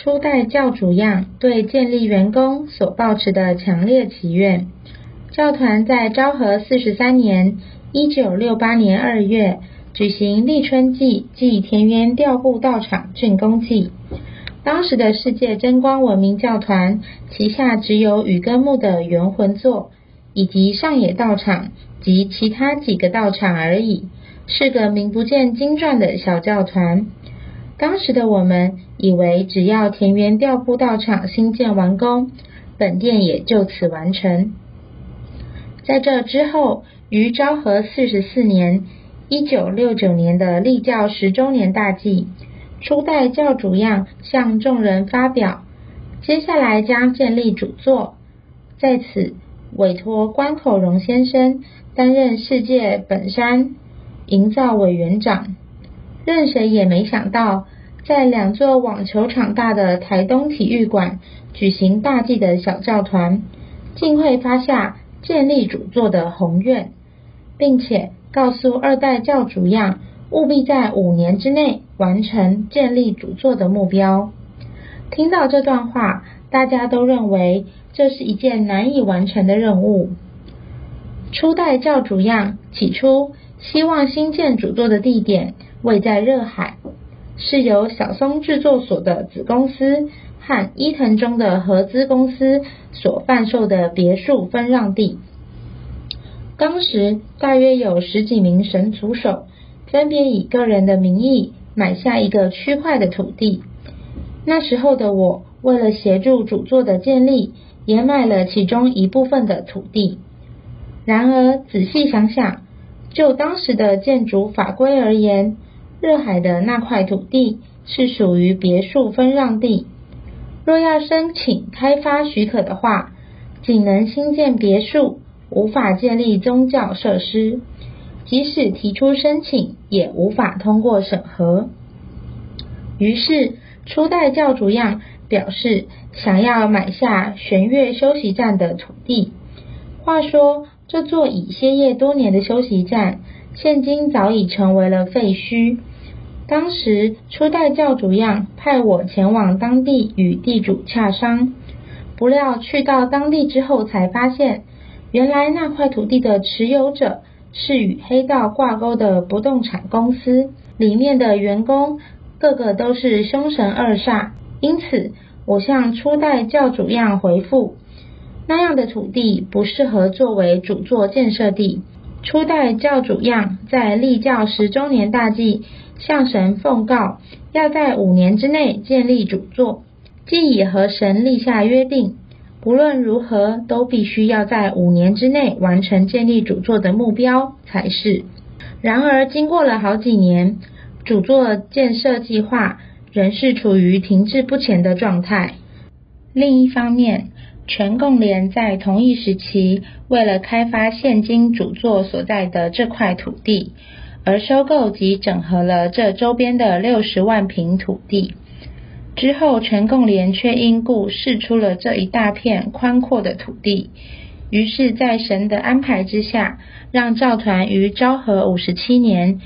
初代教主样对建立员工所抱持的强烈祈愿。教团在昭和43年1968年2月举行立春祭暨田园调布道场竣工祭。当时的世界真光文明教团旗下只有雨根木的元魂座以及上野道场及其他几个道场而已，是个名不见经传的小教团。当时的我们以为只要田园调布道场新建完工，本殿也就此完成。在这之后，于昭和44年1969年的立教10周年大祭，初代教主样向众人发表，接下来将建立主座，在此委托关口荣先生担任世界本山营造委员长。任谁也没想到，在2座网球场大的台东体育馆举行大祭的小教团，竟会发下建立主座的宏愿，并且告诉2代教主样务必在5年之内完成建立主座的目标。听到这段话，大家都认为这是一件难以完成的任务。初代教主样起初希望新建主座的地点位在热海，是由小松制作所的子公司和伊藤忠的合资公司所贩售的别墅分让地。当时大约有10几名神组手分别以个人的名义买下一个区块的土地。那时候的我为了协助主座的建立，也买了其中一部分的土地。然而仔细想想，就当时的建筑法规而言，热海的那块土地是属于别墅分让地，若要申请开发许可的话，仅能兴建别墅，无法建立宗教设施，即使提出申请也无法通过审核。于是初代教主样表示想要买下玄月休息站的土地。话说这座已歇业多年的休息站，现今早已成为了废墟。当时初代教主样派我前往当地与地主洽商，不料去到当地之后才发现，原来那块土地的持有者是与黑道挂钩的不动产公司，里面的员工个个都是凶神恶煞。因此我向初代教主样回复，那样的土地不适合作为主座建设地。初代教主样在立教10周年大祭向神奉告，要在5年之内建立主座，既已和神立下约定，不论如何都必须要在5年之内完成建立主座的目标才是。然而经过了好几年，主座建设计划仍是处于停滞不前的状态。另一方面，全共联在同一时期为了开发现今主座所在的这块土地，而收购及整合了这周边的60万坪土地。之后全共联却因故释出了这一大片宽阔的土地，于是在神的安排之下，让教团于昭和57年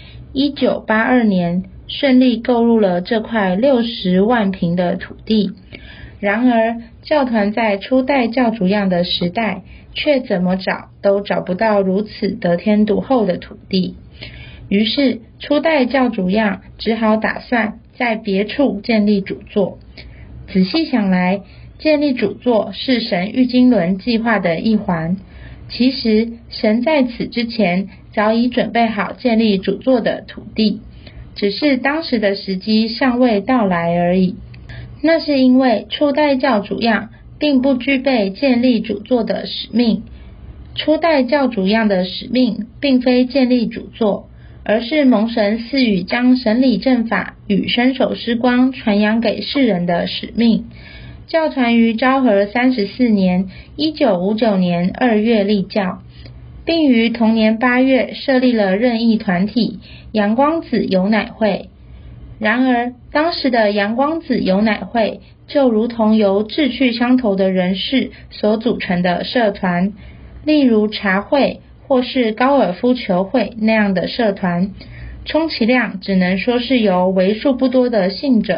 1982年顺利购入了这块60万坪的土地。然而教团在初代教主样的时代，却怎么找都找不到如此得天独厚的土地。于是初代教主样只好打算在别处建立主座。仔细想来，建立主座是神玉经纶计划的一环。其实神在此之前早已准备好建立主座的土地，只是当时的时机尚未到来而已。那是因为初代教主样并不具备建立主座的使命。初代教主样的使命并非建立主座，而是蒙神赐予将神理正法与伸手施光传扬给世人的使命。教团于昭和34年1959年2月立教，并于同年8月设立了任意团体阳光子有乃会。然而当时的阳光子有乃会就如同由志趣相投的人士所组成的社团，例如茶会或是高尔夫球会那样的社团，充其量只能说是由为数不多的信者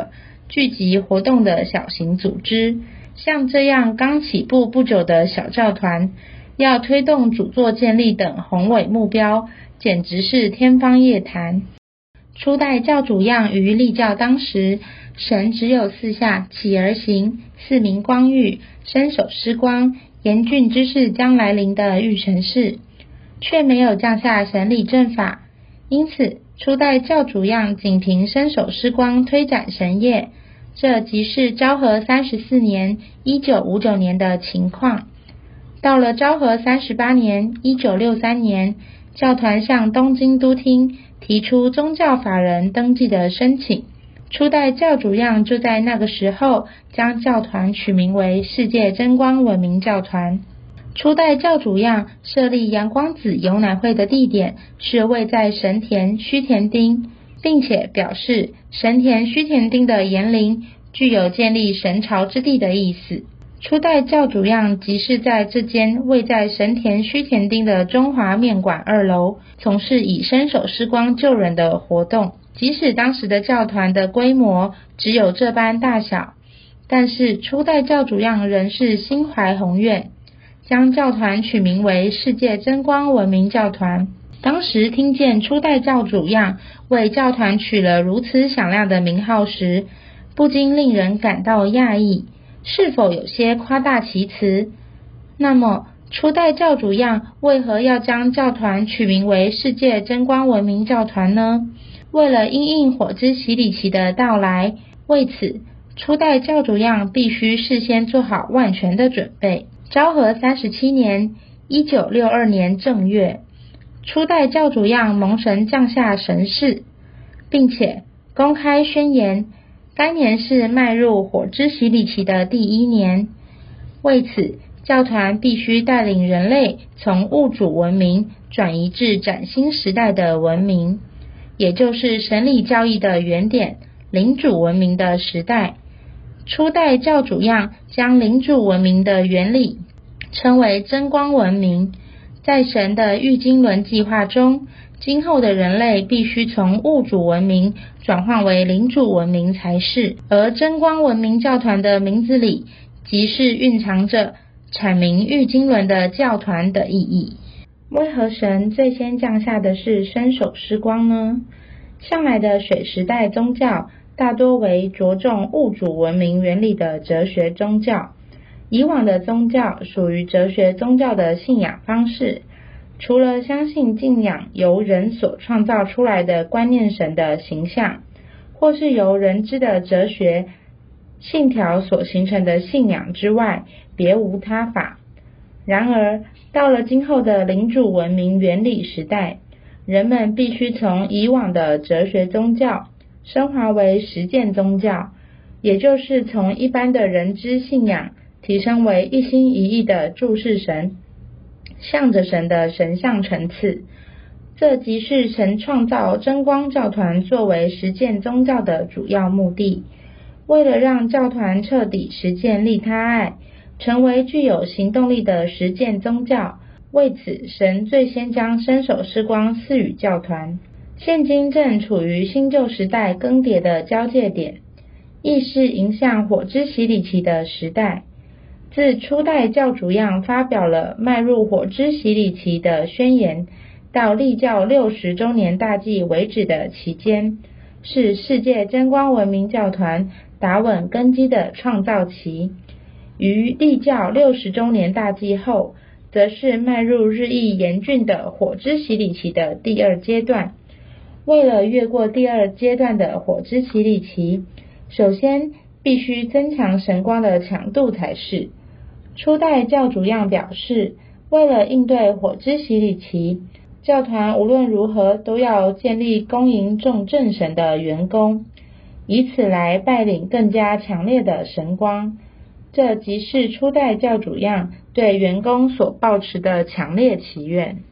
聚集活动的小型组织。像这样刚起步不久的小教团，要推动主座建立等宏伟目标，简直是天方夜谭。初代教主样于立教当时，神只有四下起而行，四明光裕，伸手施光，严峻之事将来临的御神事，却没有降下神理正法。因此初代教主样仅凭伸手施光推展神业，这即是昭和34年1959年的情况。到了昭和38年1963年，教团向东京都厅提出宗教法人登记的申请，初代教主样就在那个时候将教团取名为世界真光文明教团。初代教主样设立阳光子有乃会的地点是位在神田须田町，并且表示神田须田町的岩陵具有建立神朝之地的意思。初代教主样即是在这间位在神田须田町的中华面馆2楼从事以伸手施光救人的活动。即使当时的教团的规模只有这般大小，但是初代教主样仍是心怀宏愿，将教团取名为世界真光文明教团。当时听见初代教主样为教团取了如此响亮的名号时，不禁令人感到讶异，是否有些夸大其词？那么初代教主样为何要将教团取名为世界真光文明教团呢？为了因应火之洗礼期的到来，为此初代教主样必须事先做好万全的准备。昭和37年1962年正月，初代教主样蒙神降下神示，并且公开宣言该年是迈入火之洗礼期的第1年。为此教团必须带领人类从物主文明转移至崭新时代的文明，也就是神理教义的原点灵主文明的时代。初代教主样将灵主文明的原理称为真光文明。在神的御经纶计划中，今后的人类必须从物主文明转换为灵主文明才是，而真光文明教团的名字里即是蕴藏着阐明御经纶的教团的意义。为何神最先降下的是伸手施光呢？向来的水时代宗教大多为着重物主文明原理的哲学宗教，以往的宗教属于哲学宗教的信仰方式，除了相信敬仰由人所创造出来的观念神的形象，或是由人知的哲学信条所形成的信仰之外，别无他法。然而到了今后的灵主文明原理时代，人们必须从以往的哲学宗教升华为实践宗教，也就是从一般的人知信仰提升为一心一意的注视神、向着神的神像层次。这即是神创造真光教团作为实践宗教的主要目的。为了让教团彻底实践利他爱，成为具有行动力的实践宗教，为此神最先将伸手施光赐予教团。现今正处于新旧时代更迭的交界点，亦是迎向火之洗礼期的时代。自初代教主样发表了迈入火之洗礼期的宣言，到立教60周年大祭为止的期间，是世界真光文明教团打稳根基的创造期。于立教60周年大祭后，则是迈入日益严峻的火之洗礼期的第2阶段。为了越过第2阶段的火之洗礼期，首先必须增强神光的强度才是。初代教主样表示，为了应对火之洗礼期，教团无论如何都要建立恭迎众正神的元功，以此来拜领更加强烈的神光。这即是初代教主样对元功所抱持的强烈祈愿。